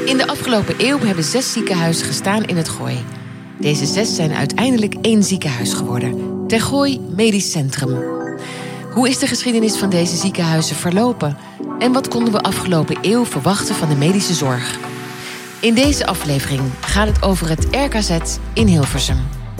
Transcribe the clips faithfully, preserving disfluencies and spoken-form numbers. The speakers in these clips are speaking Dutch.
In de afgelopen eeuw hebben zes ziekenhuizen gestaan in het Gooi. Deze zes zijn uiteindelijk één ziekenhuis geworden. Ter Gooi Medisch Centrum. Hoe is de geschiedenis van deze ziekenhuizen verlopen? En wat konden we afgelopen eeuw verwachten van de medische zorg? In deze aflevering gaat het over het R K Z in Hilversum.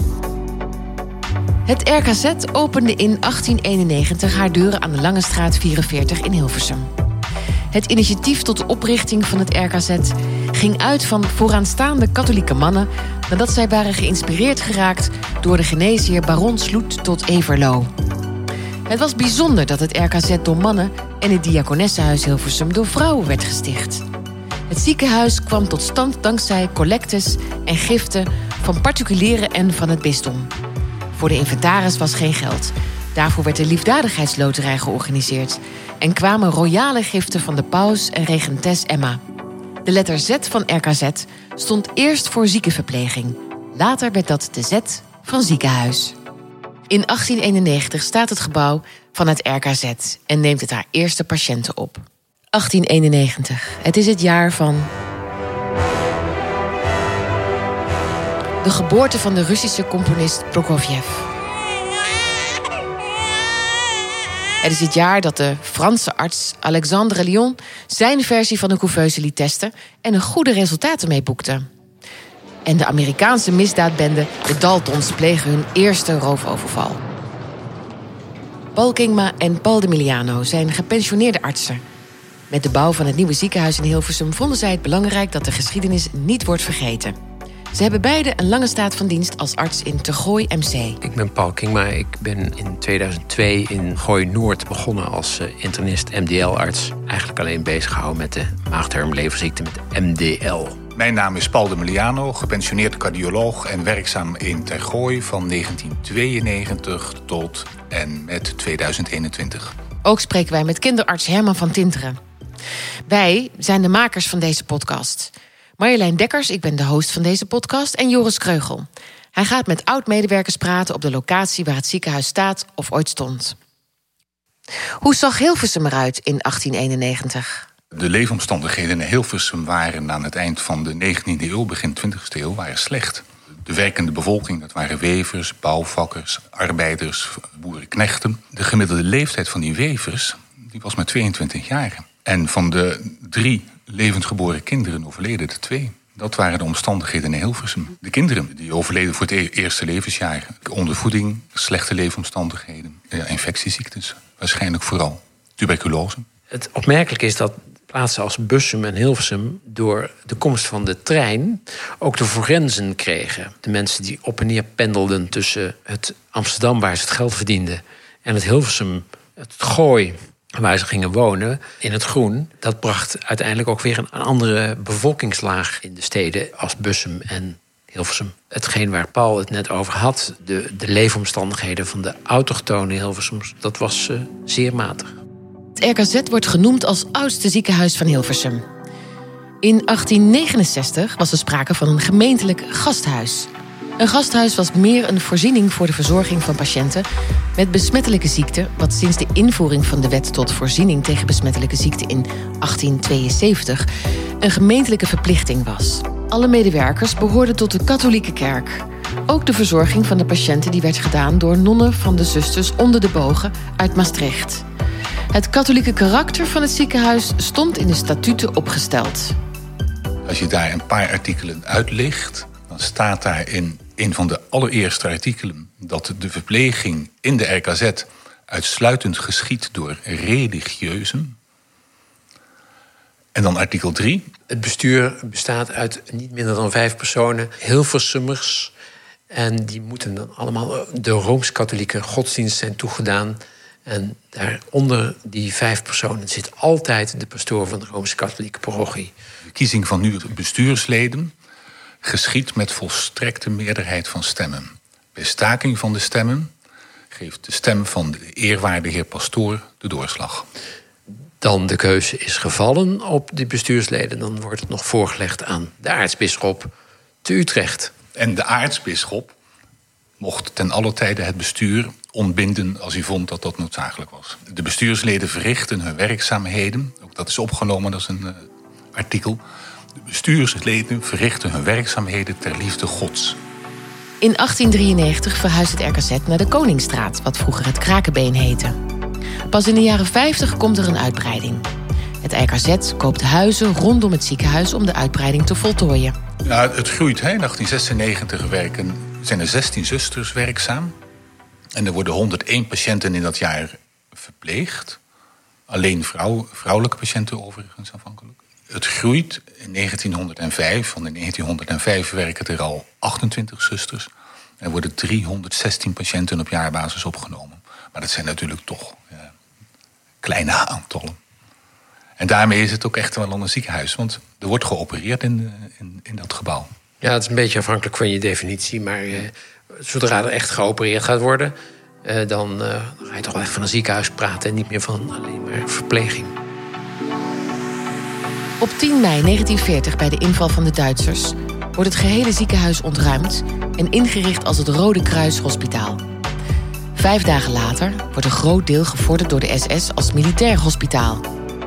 Het R K Z opende in achttien eenennegentig haar deuren aan de Langestraat vierenveertig in Hilversum. Het initiatief tot de oprichting van het R K Z ging uit van vooraanstaande katholieke mannen nadat zij waren geïnspireerd geraakt door de geneesheer Baron Sloet tot Everlo. Het was bijzonder dat het R K Z door mannen en het Diakonessenhuis Hilversum door vrouwen werd gesticht. Het ziekenhuis kwam tot stand dankzij collectes en giften van particulieren en van het bisdom. Voor de inventaris was geen geld. Daarvoor werd de liefdadigheidsloterij georganiseerd en kwamen royale giften van de paus en regentes Emma. De letter Z van R K Z stond eerst voor ziekenverpleging. Later werd dat de Z van ziekenhuis. In achttien eenennegentig staat het gebouw van het R K Z en neemt het haar eerste patiënten op. achttien eenennegentig, het is het jaar van de geboorte van de Russische componist Prokofjev. Het is het jaar dat de Franse arts Alexandre Lyon zijn versie van de couveuse liet testen en er goede resultaten mee boekte. En de Amerikaanse misdaadbende de Daltons plegen hun eerste roofoverval. Paul Kingma en Paul de Miliano zijn gepensioneerde artsen. Met de bouw van het nieuwe ziekenhuis in Hilversum vonden zij het belangrijk dat de geschiedenis niet wordt vergeten. Ze hebben beide een lange staat van dienst als arts in Ter Gooi M C. Ik ben Paul Kingma. Ik ben in tweeduizend twee in Gooi-Noord begonnen als internist M D L-arts. Eigenlijk alleen bezig gehouden met de maagdarmleverziekte met M D L. Mijn naam is Paul de Miliano, gepensioneerd cardioloog en werkzaam in Ter Gooi van negentien tweeënnegentig tot en met tweeduizend eenentwintig. Ook spreken wij met kinderarts Herman van Tinteren. Wij zijn de makers van deze podcast. Marjolein Dekkers, ik ben de host van deze podcast, en Joris Kreugel. Hij gaat met oud-medewerkers praten op de locatie waar het ziekenhuis staat of ooit stond. Hoe zag Hilversum eruit in achttien eenennegentig? De leefomstandigheden in Hilversum waren aan het eind van de negentiende eeuw, begin twintigste eeuw, waren slecht. De werkende bevolking, dat waren wevers, bouwvakkers, arbeiders, boerenknechten. De gemiddelde leeftijd van die wevers die was maar tweeëntwintig jaar. En van de drie levend geboren kinderen overleden er twee. Dat waren de omstandigheden in Hilversum. De kinderen die overleden voor het eerste levensjaar. Ondervoeding, slechte leefomstandigheden, ja, infectieziektes. Waarschijnlijk vooral tuberculose. Het opmerkelijke is dat plaatsen als Bussum en Hilversum door de komst van de trein ook de forensen kregen. De mensen die op en neer pendelden tussen het Amsterdam, waar ze het geld verdienden, en het Hilversum, het Gooi, waar ze gingen wonen, in het groen. Dat bracht uiteindelijk ook weer een andere bevolkingslaag in de steden als Bussum en Hilversum. Hetgeen waar Paul het net over had, de, de leefomstandigheden van de autochtone Hilversums, dat was uh, zeer matig. Het R K Z wordt genoemd als oudste ziekenhuis van Hilversum. In achttien negenenzestig was er sprake van een gemeentelijk gasthuis. Een gasthuis was meer een voorziening voor de verzorging van patiënten met besmettelijke ziekten, wat sinds de invoering van de wet tot voorziening tegen besmettelijke ziekten in achttien tweeënzeventig een gemeentelijke verplichting was. Alle medewerkers behoorden tot de katholieke kerk. Ook de verzorging van de patiënten die werd gedaan door nonnen van de Zusters onder de Bogen uit Maastricht. Het katholieke karakter van het ziekenhuis stond in de statuten opgesteld. Als je daar een paar artikelen uitlicht, dan staat daar in een van de allereerste artikelen dat de verpleging in de R K Z uitsluitend geschiedt door religieuzen. En dan artikel drie. Het bestuur bestaat uit niet minder dan vijf personen, Hilversummers. En die moeten dan allemaal de Rooms-Katholieke godsdienst zijn toegedaan. En daaronder die vijf personen zit altijd de pastoor van de Rooms-Katholieke parochie. De kiezing van nu bestuursleden geschiedt met volstrekte meerderheid van stemmen. Bij staking van de stemmen geeft de stem van de eerwaarde heer pastoor de doorslag. Dan de keuze is gevallen op die bestuursleden, dan wordt het nog voorgelegd aan de aartsbisschop te Utrecht. En de aartsbisschop mocht ten alle tijde het bestuur ontbinden als hij vond dat dat noodzakelijk was. De bestuursleden verrichten hun werkzaamheden, ook dat is opgenomen, dat is een uh, artikel, De bestuursleden verrichten hun werkzaamheden ter liefde Gods. In achttien drieënnegentig verhuist het R K Z naar de Koningsstraat, wat vroeger het Krakenbeen heette. Pas in de jaren vijftig komt er een uitbreiding. Het R K Z koopt huizen rondom het ziekenhuis om de uitbreiding te voltooien. Ja, het groeit. Hè. In achttien zesennegentig werken, zijn er zestien zusters werkzaam. En er worden honderdéén patiënten in dat jaar verpleegd. Alleen vrouw, vrouwelijke patiënten overigens aanvankelijk. Het groeit. In negentienhonderdvijf, van in negentienhonderdvijf werken er al achtentwintig zusters. Er worden driehonderdzestien patiënten op jaarbasis opgenomen. Maar dat zijn natuurlijk toch ja, kleine aantallen. En daarmee is het ook echt wel een ziekenhuis. Want er wordt geopereerd in, in, in dat gebouw. Ja, het is een beetje afhankelijk van je definitie. Maar eh, zodra er echt geopereerd gaat worden... Eh, dan, uh, dan ga je toch wel echt van een ziekenhuis praten... en niet meer van alleen maar verpleging. Op tien mei negentien veertig, bij de inval van de Duitsers... wordt het gehele ziekenhuis ontruimd... en ingericht als het Rode Kruis Hospitaal. Vijf dagen later wordt een groot deel gevorderd door de S S... als militair hospitaal.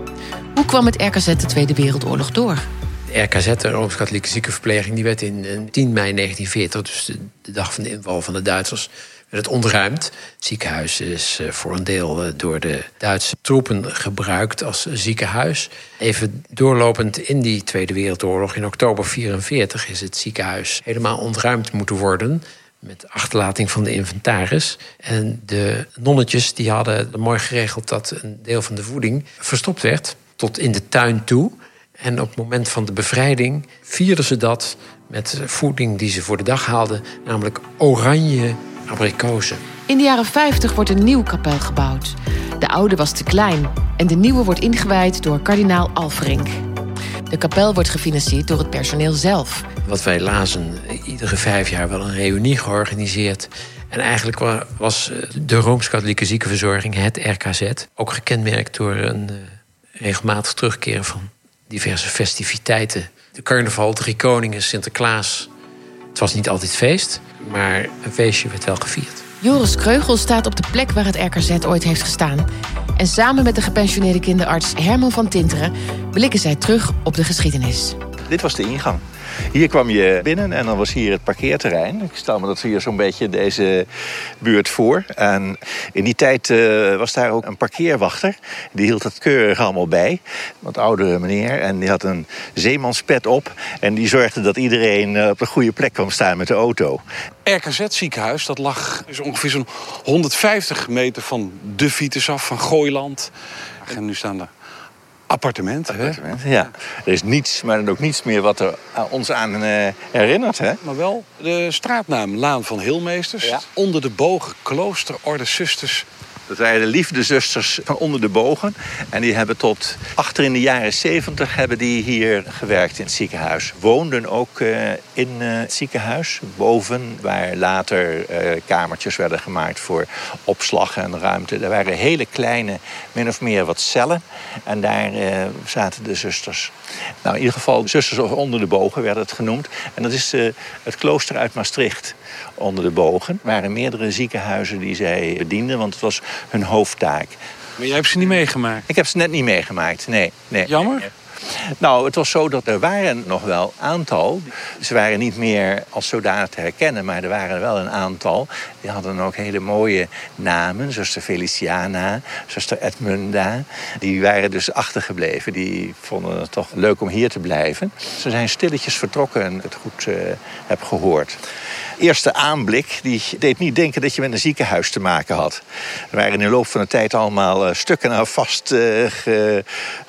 Hoe kwam het R K Z de Tweede Wereldoorlog door? De R K Z, de Rooms-Katholieke Ziekenverpleging... die werd in tien mei negentien veertig, dus de, de dag van de inval van de Duitsers... werd het ontruimd. Het ziekenhuis is voor een deel door de Duitse troepen gebruikt als ziekenhuis. Even doorlopend in die Tweede Wereldoorlog, in oktober vierenveertig... is het ziekenhuis helemaal ontruimd moeten worden... met achterlating van de inventaris. En de nonnetjes die hadden mooi geregeld... dat een deel van de voeding verstopt werd tot in de tuin toe... En op het moment van de bevrijding vierden ze dat met voeding die ze voor de dag haalden, namelijk oranje abrikozen. In de jaren vijftig wordt een nieuw kapel gebouwd. De oude was te klein en de nieuwe wordt ingewijd door kardinaal Alferink. De kapel wordt gefinancierd door het personeel zelf. Wat wij lazen, iedere vijf jaar wel een reunie georganiseerd. En eigenlijk was de Rooms-Katholieke Ziekenverzorging, het R K Z, ook gekenmerkt door een regelmatig terugkeren van diverse festiviteiten. De carnaval, Drie Koningen, Sinterklaas. Het was niet altijd feest, maar een feestje werd wel gevierd. Joris Kreugel staat op de plek waar het R K Z ooit heeft gestaan. En samen met de gepensioneerde kinderarts Herman van Tinteren blikken zij terug op de geschiedenis. Dit was de ingang. Hier kwam je binnen en dan was hier het parkeerterrein. Ik stel me dat hier zo'n beetje deze buurt voor. En in die tijd uh, was daar ook een parkeerwachter. Die hield het keurig allemaal bij. Wat oudere meneer. En die had een zeemanspet op. En die zorgde dat iedereen uh, op de goede plek kwam staan met de auto. R K Z-ziekenhuis, dat lag dus ongeveer zo'n honderdvijftig meter van de Vitus af, van Gooiland. En nu staan er appartementen. Appartementen, ja. Er is niets, maar dan ook niets meer wat er ons aan uh, herinnert. Hè? Maar wel de straatnaam Laan van Heelmeesters. Ja. Onder de bogen kloosterorde zusters. Dat waren de liefdezusters van Onder de Bogen. En die hebben tot achter in de jaren zeventig hebben die hier gewerkt in het ziekenhuis. Woonden ook uh, in uh, het ziekenhuis. Boven, waar later uh, kamertjes werden gemaakt voor opslag en ruimte. Er waren hele kleine, min of meer wat cellen. En daar uh, zaten de zusters. Nou, in ieder geval, zusters Onder de Bogen werd het genoemd. En dat is uh, het klooster uit Maastricht. Onder de Bogen. Er waren meerdere ziekenhuizen die zij bedienden, want het was hun hoofdtaak. Maar jij hebt ze niet meegemaakt? Ik heb ze net niet meegemaakt, nee. nee. Jammer? Nou, het was zo dat er waren nog wel een aantal. Ze waren niet meer als zodanig te herkennen, maar er waren wel een aantal. Die hadden ook hele mooie namen. Zuster Feliciana, zuster Edmunda. Die waren dus achtergebleven. Die vonden het toch leuk om hier te blijven. Ze zijn stilletjes vertrokken en ik het goed uh, heb gehoord. Eerste aanblik die deed niet denken dat je met een ziekenhuis te maken had. Er waren in de loop van de tijd allemaal uh, stukken aan vast uh, ge,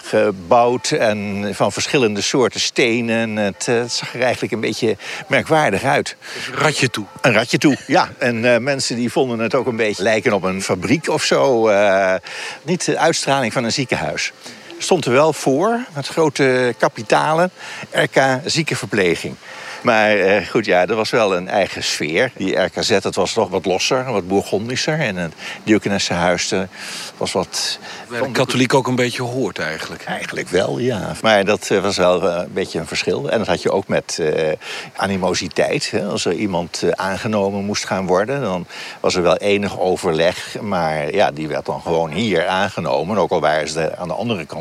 gebouwd en van verschillende soorten stenen. Het, uh, het zag er eigenlijk een beetje merkwaardig uit. Dus een ratje toe. Een ratje toe, ja. En uh, mensen die vonden het ook een beetje lijken op een fabriek of zo. Uh, niet de uitstraling van een ziekenhuis. Stond er wel voor, met grote kapitalen, R K Ziekenverpleging. Maar eh, goed, ja, er was wel een eigen sfeer. Die R K Z, dat was toch wat losser, wat bourgondischer. En het Diakonessenhuis was wat... Werd katholiek ook een beetje hoort eigenlijk? Eigenlijk wel, ja. Maar dat uh, was wel uh, een beetje een verschil. En dat had je ook met uh, animositeit. Hè. Als er iemand uh, aangenomen moest gaan worden, dan was er wel enig overleg. Maar ja, die werd dan gewoon hier aangenomen. Ook al waren ze aan de andere kant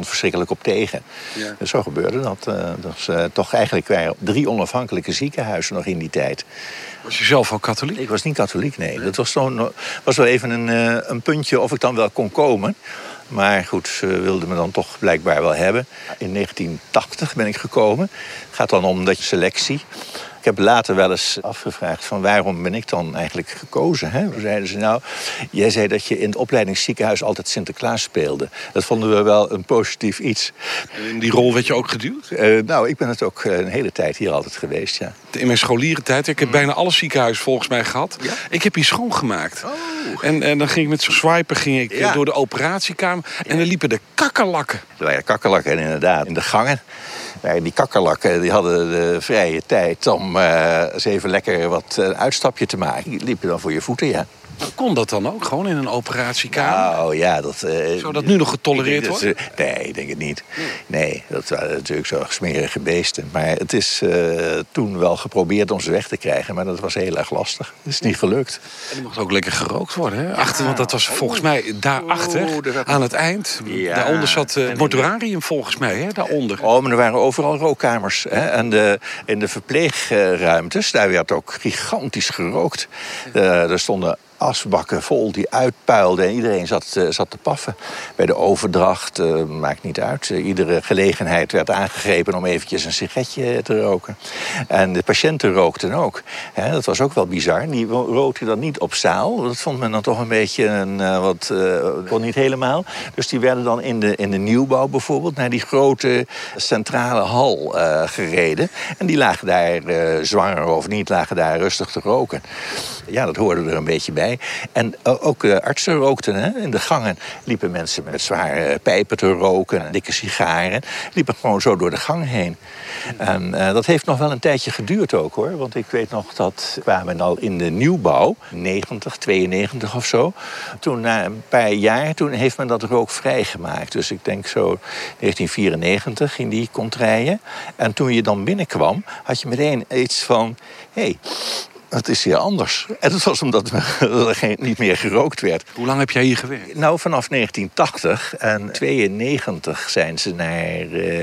stond verschrikkelijk op tegen. Ja. Dus zo gebeurde dat. Uh, dus, uh, toch eigenlijk waren drie onafhankelijke ziekenhuizen nog in die tijd. Was je zelf al katholiek? Ik was niet katholiek, nee. Dat was, zo, was wel even een, uh, een puntje of ik dan wel kon komen. Maar goed, ze wilden me dan toch blijkbaar wel hebben. In negentien tachtig ben ik gekomen. Het gaat dan om dat selectie. Ik heb later wel eens afgevraagd van waarom ben ik dan eigenlijk gekozen. Hè? Toen zeiden ze, nou, jij zei dat je in het opleidingsziekenhuis altijd Sinterklaas speelde. Dat vonden we wel een positief iets. En in die rol werd je ook geduwd? Uh, nou, ik ben het ook een hele tijd hier altijd geweest, ja. In mijn scholierentijd, ik heb bijna alle ziekenhuizen volgens mij gehad. Ja? Ik heb hier schoongemaakt. Oh. En, en dan ging ik met zo'n swiper ging ik ja. door de operatiekamer. En ja. dan liepen de kakkerlakken. Er waren kakkerlakken inderdaad in de gangen. Maar die kakkerlakken die hadden de vrije tijd om uh, eens even lekker wat een uitstapje te maken. Die liepen dan voor je voeten, ja. Kon dat dan ook, gewoon in een operatiekamer? Nou ja, dat... Uh, Zou dat nu nog getolereerd worden? Uh, nee, ik denk het niet. Nee, dat waren natuurlijk zo smerige beesten. Maar het is uh, toen wel geprobeerd om ze weg te krijgen. Maar dat was heel erg lastig. Het is niet gelukt. En er mocht ook lekker gerookt worden, hè? Achter, want dat was volgens mij daarachter, oh, aan het eind. Ja. Daaronder zat uh, het mortuarium volgens mij, hè? Daaronder. Oh, maar er waren overal rookkamers. Hè? En de, in de verpleegruimtes, daar werd ook gigantisch gerookt. Uh, er stonden asbakken vol die uitpuilden en iedereen zat, uh, zat te paffen. Bij de overdracht, uh, maakt niet uit. Uh, iedere gelegenheid werd aangegrepen om eventjes een sigaretje te roken. En de patiënten rookten ook. Hè, dat was ook wel bizar. Die rookten dan niet op zaal. Dat vond men dan toch een beetje een, uh, wat... Uh, kon niet helemaal. Dus die werden dan in de, in de nieuwbouw bijvoorbeeld naar die grote centrale hal uh, gereden. En die lagen daar, uh, zwanger of niet, lagen daar rustig te roken. Ja, dat hoorde er een beetje bij. En ook uh, artsen rookten. Hè? In de gangen liepen mensen met zware pijpen te roken, dikke sigaren. Liepen gewoon zo door de gang heen. En uh, dat heeft nog wel een tijdje geduurd ook, hoor. Want ik weet nog dat we kwamen al in de nieuwbouw, negentig, tweeënnegentig of zo. Toen na een paar jaar, toen heeft men dat rookvrij gemaakt. Dus ik denk zo negentien vierennegentig in die contraien. En toen je dan binnenkwam, had je meteen iets van... Hey, het is hier anders. En dat was omdat er geen, niet meer gerookt werd. Hoe lang heb jij hier gewerkt? Nou, vanaf negentien tachtig. En tweeënnegentig zijn ze naar uh,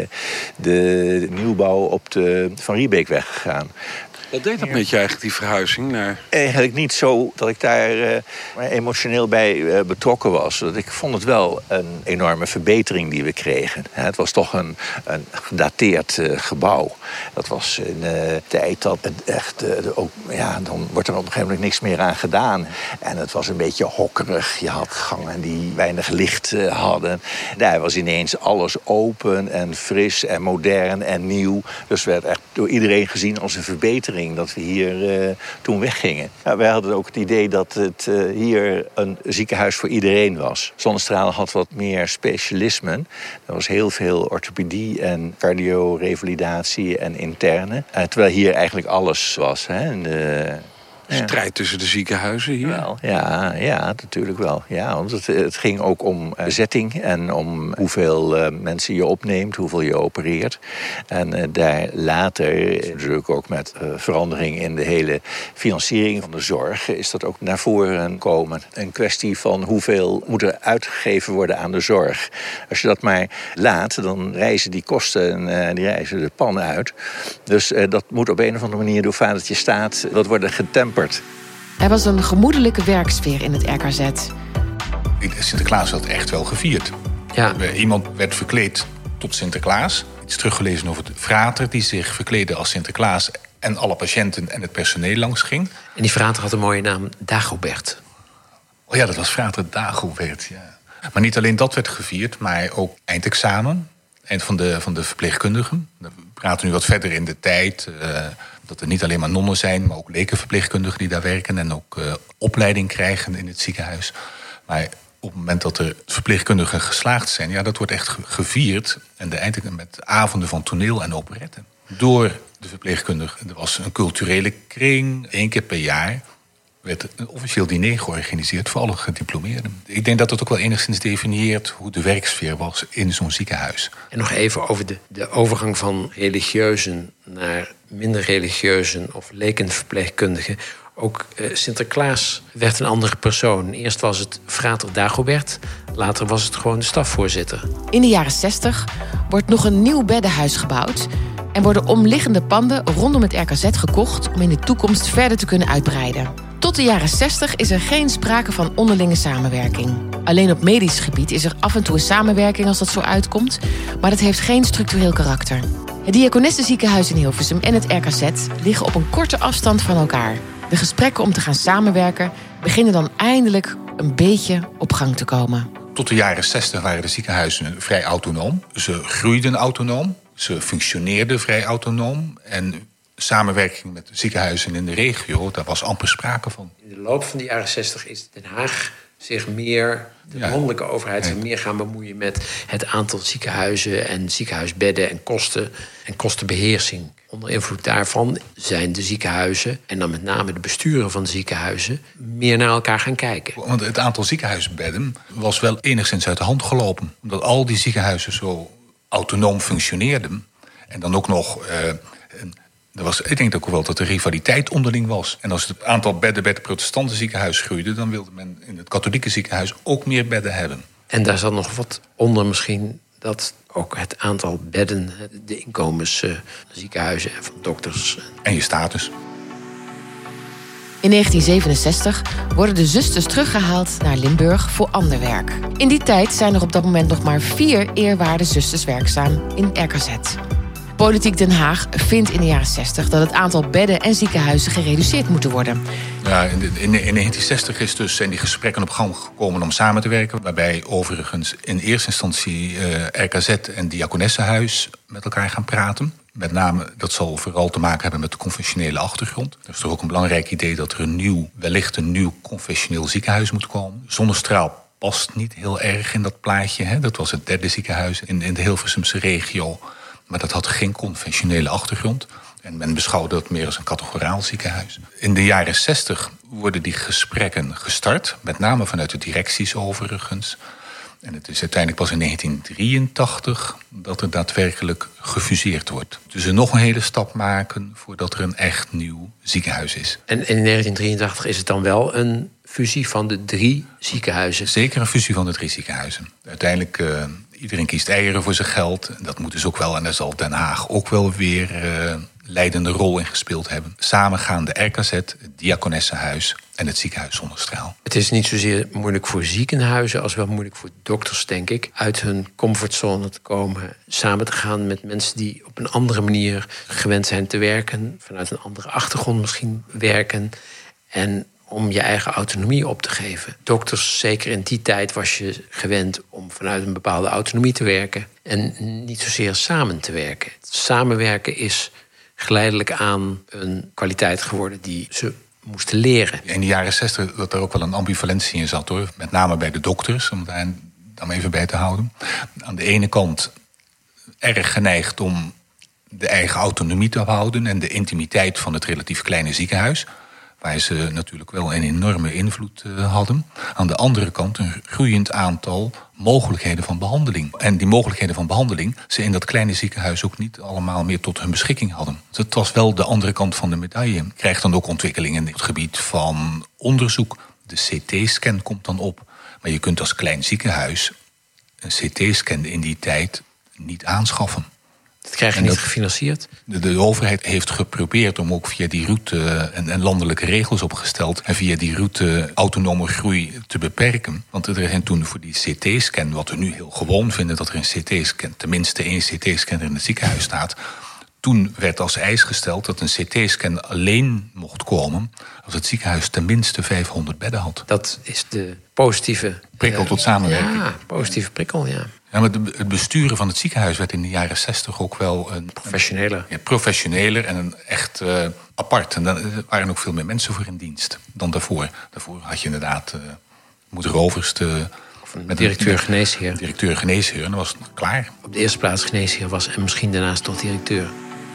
de nieuwbouw op de Van Riebeekweg gegaan. Wat deed dat met je eigenlijk, die verhuizing naar... Eigenlijk niet zo dat ik daar uh, emotioneel bij uh, betrokken was. Ik vond het wel een enorme verbetering die we kregen. Het was toch een, een gedateerd uh, gebouw. Dat was in de uh, tijd dat het echt... Uh, ook, ja, dan wordt er op een gegeven moment niks meer aan gedaan. En het was een beetje hokkerig. Je had gangen die weinig licht uh, hadden. Daar was ineens alles open en fris en modern en nieuw. Dus werd echt door iedereen gezien als een verbetering dat we hier uh, toen weggingen. Ja, wij hadden ook het idee dat het uh, hier een ziekenhuis voor iedereen was. Zonnestralen had wat meer specialismen. Er was heel veel orthopedie en cardiorevalidatie en interne. Uh, terwijl hier eigenlijk alles was. Hè? En, uh, Strijd ja. tussen de ziekenhuizen hier? Wel, ja, ja, natuurlijk wel. Ja, want het, het ging ook om bezetting en om hoeveel uh, mensen je opneemt, hoeveel je opereert. En uh, daar later, natuurlijk ook met uh, verandering in de hele financiering van de zorg, is dat ook naar voren gekomen. Een kwestie van hoeveel moet er uitgegeven worden aan de zorg. Als je dat maar laat, dan reizen die kosten uh, die reizen de pan uit. Dus uh, dat moet op een of andere manier door vadertje staat, dat worden getemperd. Er was een gemoedelijke werksfeer in het R K Z. Sinterklaas werd echt wel gevierd. Ja. Iemand werd verkleed tot Sinterklaas. Iets teruggelezen over de frater die zich verkleedde als Sinterklaas en alle patiënten en het personeel langs ging. En die frater had een mooie naam, Dagobert. Oh ja, dat was frater Dagobert, ja. Maar niet alleen dat werd gevierd, maar ook eindexamen. Eind van de, van de verpleegkundigen. We praten nu wat verder in de tijd. Uh, dat er niet alleen maar nonnen zijn, maar ook lekenverpleegkundigen die daar werken en ook uh, opleiding krijgen in het ziekenhuis. Maar op het moment dat er verpleegkundigen geslaagd zijn, ja, dat wordt echt gevierd. En de eindigen met avonden van toneel en operetten. Door de verpleegkundigen. Er was een culturele kring, één keer per jaar werd een officieel diner georganiseerd voor alle gediplomeerden. Ik denk dat dat ook wel enigszins definieert hoe de werksfeer was in zo'n ziekenhuis. En nog even over de, de overgang van religieuzen naar minder religieuzen of lekenverpleegkundigen. Ook uh, Sinterklaas werd een andere persoon. Eerst was het frater Dagobert, later was het gewoon de stafvoorzitter. In de jaren zestig wordt nog een nieuw beddenhuis gebouwd en worden omliggende panden rondom het R K Z gekocht om in de toekomst verder te kunnen uitbreiden. Tot de jaren zestig is er geen sprake van onderlinge samenwerking. Alleen op medisch gebied is er af en toe een samenwerking als dat zo uitkomt, maar dat heeft geen structureel karakter. Het Diakonessenziekenhuis in Hilversum en het R K Z liggen op een korte afstand van elkaar. De gesprekken om te gaan samenwerken beginnen dan eindelijk een beetje op gang te komen. Tot de jaren zestig waren de ziekenhuizen vrij autonoom. Ze groeiden autonoom, ze functioneerden vrij autonoom. En samenwerking met de ziekenhuizen in de regio, daar was amper sprake van. In de loop van de jaren zestig is Den Haag zich meer, de ja. landelijke overheid, zich meer gaan bemoeien met het aantal ziekenhuizen en ziekenhuisbedden en kosten en kostenbeheersing. Onder invloed daarvan zijn de ziekenhuizen, en dan met name de besturen van de ziekenhuizen, meer naar elkaar gaan kijken. Want het aantal ziekenhuisbedden was wel enigszins uit de hand gelopen. Omdat al die ziekenhuizen zo autonoom functioneerden. En dan ook nog Uh, een, Er was, ik denk ook wel dat er rivaliteit onderling was. En als het aantal bedden bij het protestante ziekenhuis groeide, dan wilde men in het katholieke ziekenhuis ook meer bedden hebben. En daar zat nog wat onder misschien, dat ook het aantal bedden, de inkomens uh, ziekenhuizen en van dokters. En je status. In negentien zevenenzestig worden de zusters teruggehaald naar Limburg voor ander werk. In die tijd zijn er op dat moment nog maar vier eerwaarde zusters werkzaam in R K Z. Politiek Den Haag vindt in de jaren zestig dat het aantal bedden en ziekenhuizen gereduceerd moeten worden. Ja, in, de, in, in negentien zestig is dus, zijn die gesprekken op gang gekomen om samen te werken. Waarbij overigens in eerste instantie uh, R K Z en Diakonessenhuis met elkaar gaan praten. Met name, dat zal vooral te maken hebben met de confessionele achtergrond. Er is toch ook een belangrijk idee dat er een nieuw, wellicht een nieuw confessioneel ziekenhuis moet komen. Zonnestraal past niet heel erg in dat plaatje. Hè? Dat was het derde ziekenhuis in, in de Hilversumse regio. Maar dat had geen conventionele achtergrond. En men beschouwde dat meer als een categoraal ziekenhuis. In de jaren zestig worden die gesprekken gestart. Met name vanuit de directies overigens. En het is uiteindelijk pas in negentien drieëntachtig dat er daadwerkelijk gefuseerd wordt. Dus er nog een hele stap maken voordat er een echt nieuw ziekenhuis is. En in negentien drieëntachtig is het dan wel een fusie van de drie ziekenhuizen? Zeker een fusie van de drie ziekenhuizen. Uiteindelijk, uh, iedereen kiest eieren voor zijn geld. En dat moet dus ook wel, en daar zal Den Haag ook wel weer uh, leidende rol in gespeeld hebben. Samen gaan de R K Z, het Diakonessenhuis en het ziekenhuis Zonnestraal. Het is niet zozeer moeilijk voor ziekenhuizen als wel moeilijk voor dokters, denk ik, uit hun comfortzone te komen, samen te gaan met mensen die op een andere manier gewend zijn te werken, vanuit een andere achtergrond misschien werken, en om je eigen autonomie op te geven. Dokters, zeker in die tijd, was je gewend om vanuit een bepaalde autonomie te werken en niet zozeer samen te werken. Samenwerken is geleidelijk aan een kwaliteit geworden die ze moesten leren. In de jaren zestig dat er ook wel een ambivalentie in zat, hoor. Met name bij de dokters, om daar dan even bij te houden. Aan de ene kant erg geneigd om de eigen autonomie te houden en de intimiteit van het relatief kleine ziekenhuis, waar ze natuurlijk wel een enorme invloed uh, hadden. Aan de andere kant een groeiend aantal mogelijkheden van behandeling. En die mogelijkheden van behandeling ze in dat kleine ziekenhuis ook niet allemaal meer tot hun beschikking hadden. Dus het was wel de andere kant van de medaille. Krijgt dan ook ontwikkelingen in het gebied van onderzoek. De C T-scan komt dan op. Maar je kunt als klein ziekenhuis een C T-scan in die tijd niet aanschaffen. Dat krijg je en niet dat, gefinancierd? De, de overheid heeft geprobeerd om ook via die route en, en landelijke regels opgesteld en via die route autonome groei te beperken. Want er zijn toen voor die C T-scan, wat we nu heel gewoon vinden, dat er een C T-scan, tenminste één C T-scanner in het ziekenhuis staat. Toen werd als eis gesteld dat een C T-scan alleen mocht komen als het ziekenhuis tenminste vijfhonderd bedden had. Dat is de positieve prikkel uh, tot samenwerking. Ja, positieve prikkel, ja. Ja, maar de, het besturen van het ziekenhuis werd in de jaren zestig ook wel een professioneler. Een, ja, professioneler en een echt uh, apart. En dan er waren ook veel meer mensen voor in dienst dan daarvoor. Daarvoor had je inderdaad uh, moeder Rovers, de, of een met directeur een, geneesheer. Directeur geneesheer, en dan was het klaar. Op de eerste plaats geneesheer was en misschien daarnaast tot directeur.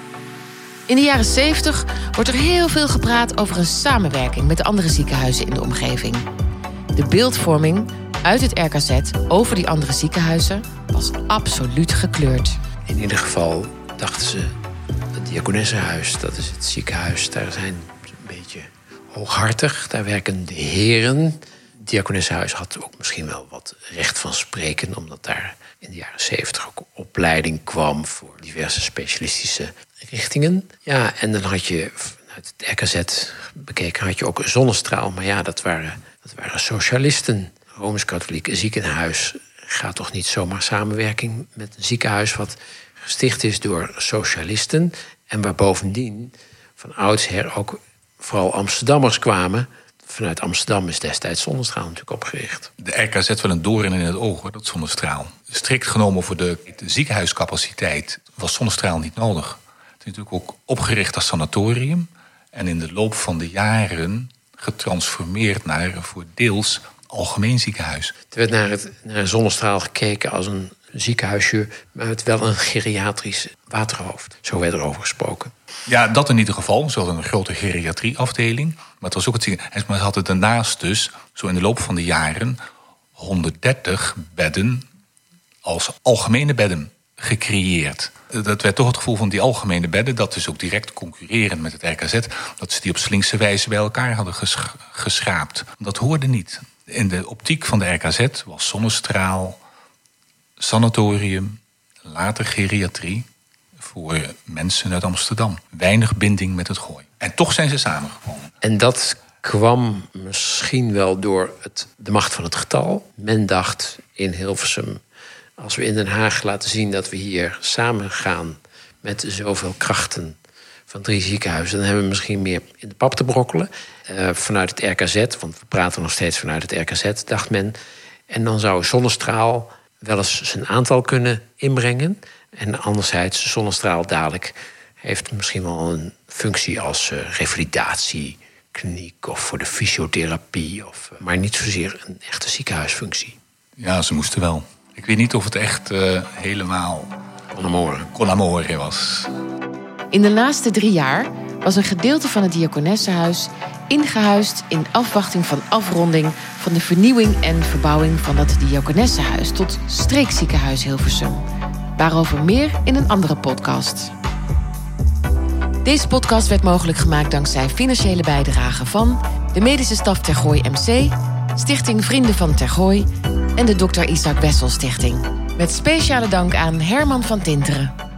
In de jaren zeventig wordt er heel veel gepraat over een samenwerking met de andere ziekenhuizen in de omgeving. De beeldvorming uit het R K Z over die andere ziekenhuizen was absoluut gekleurd. In ieder geval dachten ze, het Diakonessenhuis, dat is het ziekenhuis, daar zijn een beetje hooghartig. Daar werken de heren. Het Diakonessenhuis had ook misschien wel wat recht van spreken, omdat daar in de jaren zeventig ook opleiding kwam voor diverse specialistische richtingen. Ja, en dan had je vanuit het R K Z bekeken, had je ook een Zonnestraal. Maar ja, dat waren, dat waren socialisten. Rooms-Katholiek ziekenhuis gaat toch niet zomaar samenwerking met een ziekenhuis wat gesticht is door socialisten en waar bovendien van oudsher ook vooral Amsterdammers kwamen. Vanuit Amsterdam is destijds Zonnestraal natuurlijk opgericht. De R K Z wel een doorn in het oog, hoor, dat Zonnestraal. Strikt genomen voor de, de ziekenhuiscapaciteit was Zonnestraal niet nodig. Het is natuurlijk ook opgericht als sanatorium en in de loop van de jaren getransformeerd naar voor deels algemeen ziekenhuis. Er werd naar het naar Zonnestraal gekeken als een ziekenhuisje met wel een geriatrisch waterhoofd. Zo werd er over gesproken. Ja, dat in ieder geval. Ze hadden een grote geriatrieafdeling. Maar het was ook het ziekenhuis. Maar ze hadden daarnaast dus, zo in de loop van de jaren, honderddertig bedden als algemene bedden gecreëerd. Dat werd toch het gevoel van die algemene bedden, dat is ook direct concurrerend met het R K Z, dat ze die op slinkse wijze bij elkaar hadden gesch- geschraapt. Dat hoorde niet. In de optiek van de R K Z was Zonnestraal, sanatorium, later geriatrie voor mensen uit Amsterdam. Weinig binding met het Gooi. En toch zijn ze samengekomen. En dat kwam misschien wel door het, de macht van het getal. Men dacht in Hilversum, als we in Den Haag laten zien dat we hier samen gaan met zoveel krachten van drie ziekenhuizen, dan hebben we misschien meer in de pap te brokkelen. Uh, vanuit het R K Z, want we praten nog steeds vanuit het R K Z, dacht men. En dan zou Zonnestraal wel eens zijn aantal kunnen inbrengen. En anderzijds, Zonnestraal dadelijk heeft misschien wel een functie als uh, revalidatiekliniek of voor de fysiotherapie, of, uh, maar niet zozeer een echte ziekenhuisfunctie. Ja, ze moesten wel. Ik weet niet of het echt uh, helemaal con amore. con amore was. In de laatste drie jaar was een gedeelte van het Diakonessenhuis ingehuisd in afwachting van afronding van de vernieuwing en verbouwing van het Diakonessenhuis tot streekziekenhuis Hilversum. Waarover meer in een andere podcast. Deze podcast werd mogelijk gemaakt dankzij financiële bijdragen van de medische staf Tergooi M C, Stichting Vrienden van Tergooi en de dokter Isaac Wessel Stichting. Met speciale dank aan Herman van Tinteren.